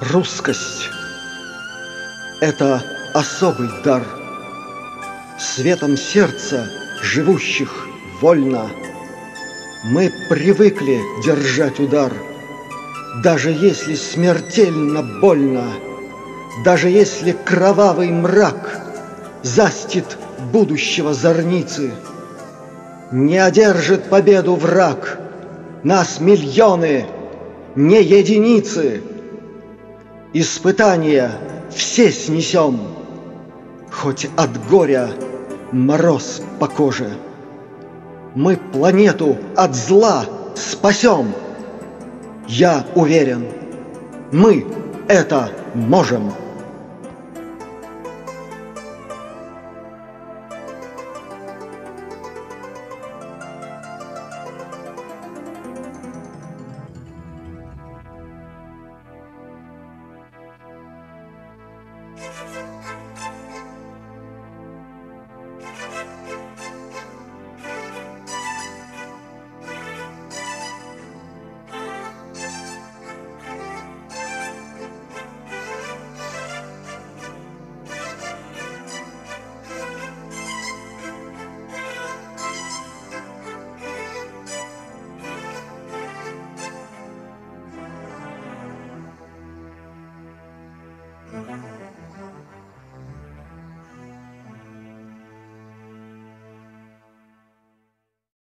Русскость — это особый дар. Светом сердца живущих вольно мы привыкли держать удар. Даже если смертельно больно, даже если кровавый мрак застит будущего зорницы, не одержит победу враг. Нас миллионы, не единицы. Испытания все снесем, хоть от горя мороз по коже. Мы планету от зла спасем. Я уверен, мы это можем. Thank you.